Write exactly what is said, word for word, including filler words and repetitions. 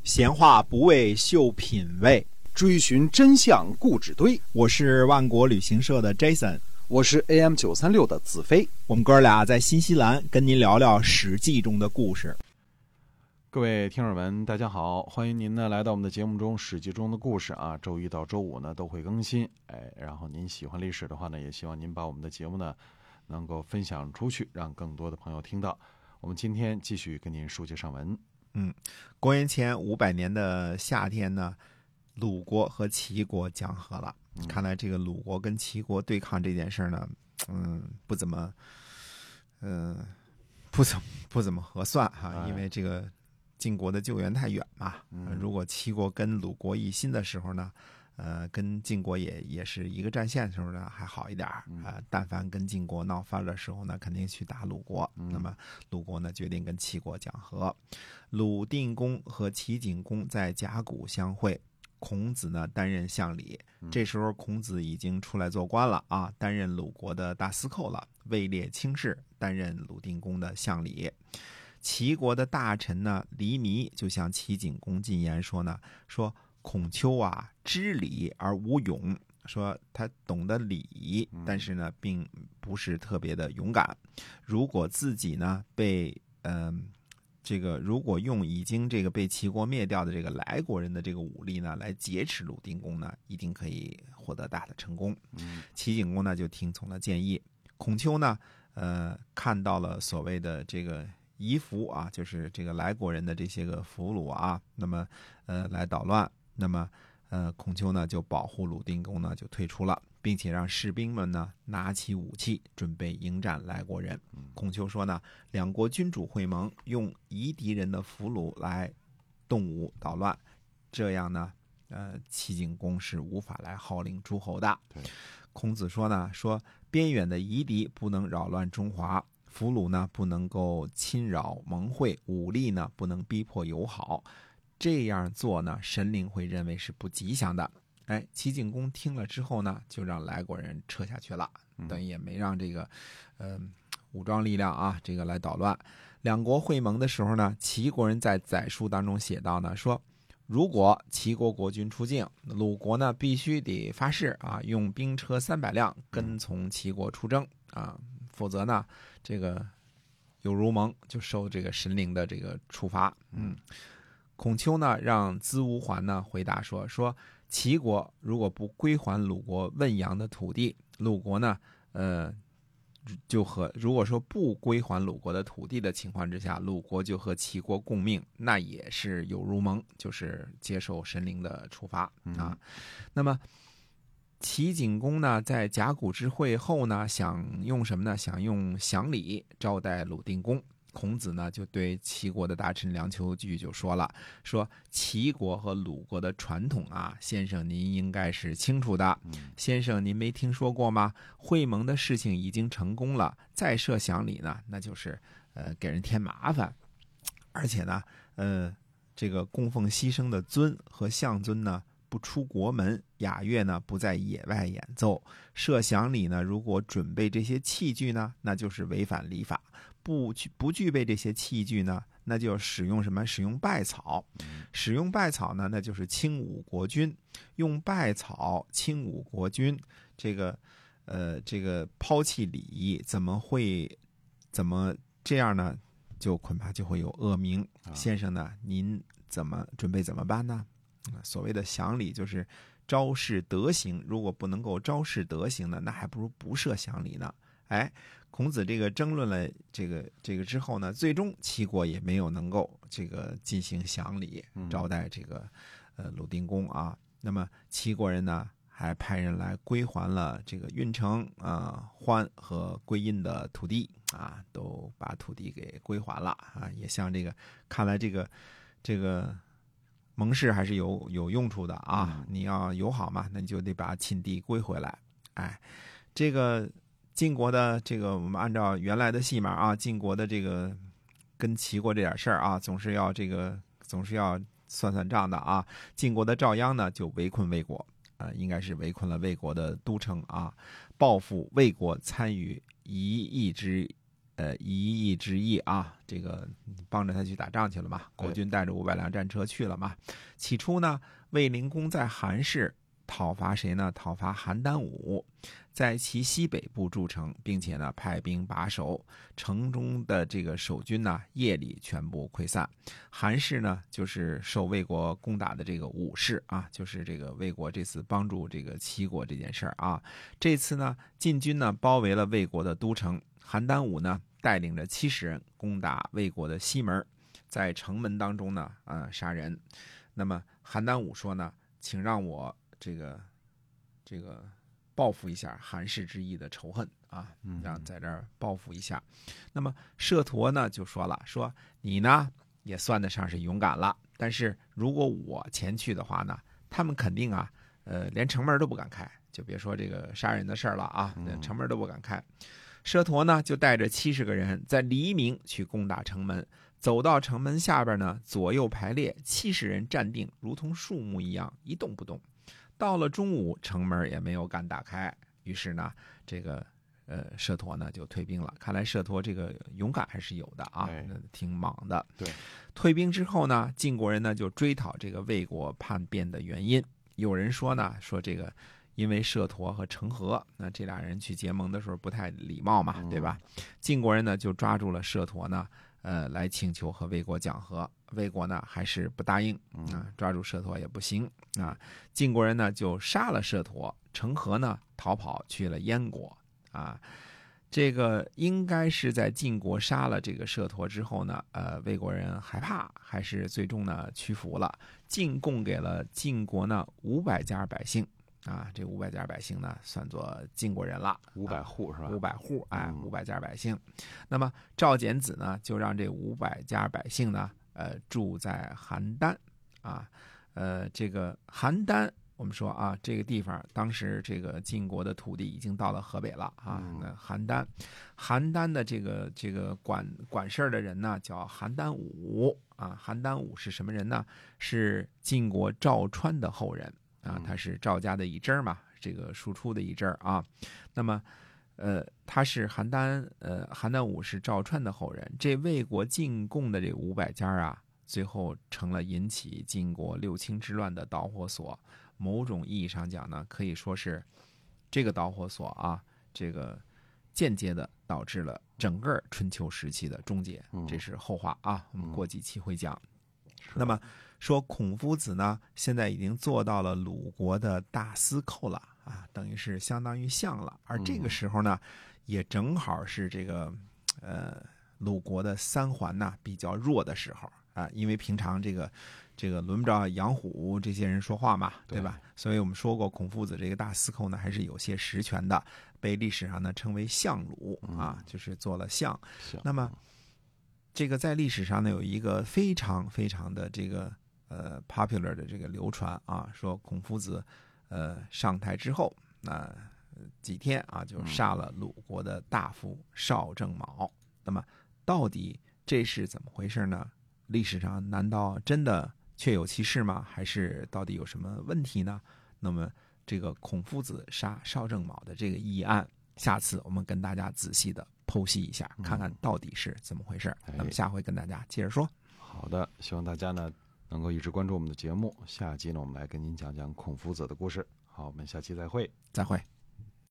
闲话不为秀品味， 追寻真相故纸堆。 我是万国旅行社的 Jason， 我是 A M 九三六 的子飞。 我们哥俩在新西兰跟您聊聊史记中的故事。 各位听友们大家好，欢迎您呢来到我们的节目中史记中的故事啊，周一到周五呢都会更新。哎，然后您喜欢历史的话呢，也希望您把我们的节目呢能够分享出去，让更多的朋友听到。我们今天继续跟您书接上文。 嗯，公元前五百年的夏天呢，鲁国和齐国讲和了。嗯、看来这个鲁国跟齐国对抗这件事呢，嗯，不怎么，嗯、呃，不怎么不怎么合算哈、啊，因为这个晋国的救援太远嘛。嗯、如果齐国跟鲁国一心的时候呢，呃，跟晋国也也是一个战线的时候呢，还好一点啊、呃。但凡跟晋国闹翻的时候呢，肯定去打鲁国。嗯、那么鲁国呢，决定跟齐国讲和。鲁定公和齐景公在甲骨相会，孔子呢担任相礼。这时候孔子已经出来做官了啊，担任鲁国的大司寇了，位列卿士，担任鲁定公的相礼。齐国的大臣呢，黎弥就向齐景公进言说呢，说孔丘啊，知礼而无勇，说他懂得礼仪，但是呢，并不是特别的勇敢。如果自己呢被嗯、呃、这个如果用已经这个被齐国灭掉的这个莱国人的这个武力呢，来劫持鲁定公呢，一定可以获得大的成功。嗯、齐景公呢就听从了建议。孔丘呢，呃，看到了所谓的这个夷服啊，就是这个莱国人的这些个俘虏啊，那么呃来捣乱。那么，呃，孔丘呢就保护鲁定公呢就退出了，并且让士兵们呢拿起武器准备迎战莱国人。孔丘说呢，两国君主会盟，用夷狄人的俘虏来动武捣乱，这样呢，呃，齐景公是无法来号令诸侯的。孔子说呢，说边远的夷狄不能扰乱中华，俘虏呢不能够侵扰盟会，武力呢不能逼迫友好。这样做呢，神灵会认为是不吉祥的。哎，齐景公听了之后呢，就让莱国人撤下去了，等于也没让这个，呃，武装力量啊，这个来捣乱。两国会盟的时候呢，齐国人在载书当中写到呢，说如果齐国国君出境，鲁国呢必须得发誓啊，用兵车三百辆跟从齐国出征啊，否则呢，这个有如盟就受这个神灵的这个处罚。嗯。孔丘呢，让资无还呢回答说：说齐国如果不归还鲁国汶阳的土地，鲁国呢，呃，就和如果说不归还鲁国的土地的情况之下，鲁国就和齐国共命，那也是有如盟，就是接受神灵的处罚啊。嗯、那么齐景公呢，在甲骨之会后呢，想用什么呢？想用降礼招待鲁定公。孔子呢就对齐国的大臣梁丘据就说了，说齐国和鲁国的传统啊，先生您应该是清楚的。先生您没听说过吗？会盟的事情已经成功了，再设降礼呢，那就是呃给人添麻烦。而且呢，呃这个供奉牺牲的尊和象尊呢，不出国门，雅乐呢不在野外演奏，设降礼呢，如果准备这些器具呢，那就是违反礼法。不不具备这些器具呢，那就使用什么？使用败草。使用败草呢，那就是轻侮国君。用败草轻侮国君，这个呃，这个抛弃礼仪，怎么会怎么这样呢？就恐怕就会有恶名。先生呢，您怎么准备怎么办呢？所谓的降礼就是昭示德行，如果不能够昭示德行呢，那还不如不设降礼呢。哎，孔子这个争论了这个这个之后呢，最终齐国也没有能够这个进行降礼招待这个呃鲁定公啊。那么齐国人呢，还派人来归还了这个运城啊、欢和归阴的土地啊，都把土地给归还了啊。也像这个，看来这个这个盟誓还是有有用处的啊。你要友好嘛，那你就得把秦地归回来。哎，这个。晋国的这个，我们按照原来的戏码啊，晋国的这个跟齐国这点事儿啊，总是要这个总是要算算账的啊。晋国的赵鞅呢，就围困魏国，呃，应该是围困了魏国的都城啊，报复魏国参与一邑之呃一役之役啊，这个帮着他去打仗去了嘛，国军带着五百辆战车去了嘛。起初呢，卫灵公在韩氏讨伐谁呢？讨伐邯郸武，在其西北部筑城，并且呢派兵把守城中的这个守军呢，夜里全部溃散。韩氏呢，就是受魏国攻打的这个武士啊，就是这个魏国这次帮助这个齐国这件事儿啊。这次呢，晋军呢包围了魏国的都城，邯郸武呢带领着七十人攻打魏国的西门，在城门当中呢，呃杀人。那么邯郸武说呢，请让我这个这个报复一下韩氏之役的仇恨啊，让在这儿报复一下。那么舍陀呢就说了，说你呢也算得上是勇敢了，但是如果我前去的话呢，他们肯定啊，呃，连城门都不敢开，就别说这个杀人的事儿了啊，城门都不敢开。舍陀呢就带着七十个人在黎明去攻打城门，走到城门下边呢，左右排列，七十人站定，如同树木一样，一动不动。到了中午，城门也没有敢打开，于是呢，这个呃舍陀呢就退兵了。看来舍陀这个勇敢还是有的啊，挺莽的。 对， 退兵之后呢，晋国人呢就追讨这个魏国叛变的原因。有人说呢，说这个因为舍陀和成和，那这俩人去结盟的时候不太礼貌嘛，对吧？晋国人呢就抓住了舍陀呢，呃，来请求和魏国讲和。魏国呢还是不答应啊，抓住舍陀也不行啊。晋国人呢就杀了舍陀，成和呢逃跑去了燕国啊。这个应该是在晋国杀了这个舍陀之后呢，呃，魏国人害怕，还是最终呢屈服了。晋供给了晋国呢五百家百姓啊，这五百家百姓呢算作晋国人了， 五百户是吧？ 五百户，哎，五百家百姓。那么赵简子呢就让这五百家百姓呢。呃，住在邯郸啊，呃，这个邯郸，我们说啊，这个地方当时这个晋国的土地已经到了河北了啊。那邯郸，邯郸的这个这个管管事儿的人呢，叫邯郸武啊。邯郸武是什么人呢？是晋国赵川的后人啊，他是赵家的一支嘛，这个庶出的一支啊。那么。呃，他是邯郸，呃，邯郸武是赵川的后人。这魏国进贡的这五百家啊，最后成了引起晋国六卿之乱的导火索。某种意义上讲呢，可以说是这个导火索啊，这个间接的导致了整个春秋时期的终结。这是后话啊，我们过几期会讲。那么说孔夫子呢，现在已经做到了鲁国的大司寇了啊，等于是相当于相了。而这个时候呢，也正好是这个呃鲁国的三桓呢比较弱的时候啊，因为平常这个这个轮不着杨虎这些人说话嘛，对吧？对，所以我们说过，孔夫子这个大司寇呢还是有些实权的，被历史上呢称为相鲁啊，就是做了相。那么这个在历史上呢有一个非常非常的这个呃 popular 的这个流传啊，说孔夫子呃上台之后，那、呃、几天啊就杀了鲁国的大夫邵正卯。那么到底这是怎么回事呢？历史上难道真的确有其事吗？还是到底有什么问题呢？那么这个孔夫子杀邵正卯的这个议案，下次我们跟大家仔细的剖析一下，看看到底是怎么回事。 嗯、 那么下回跟大家接着说。 好的，希望大家呢能够一直关注我们的节目。下集呢，我们来跟您讲讲孔夫子的故事。好，我们下期再会， 再会。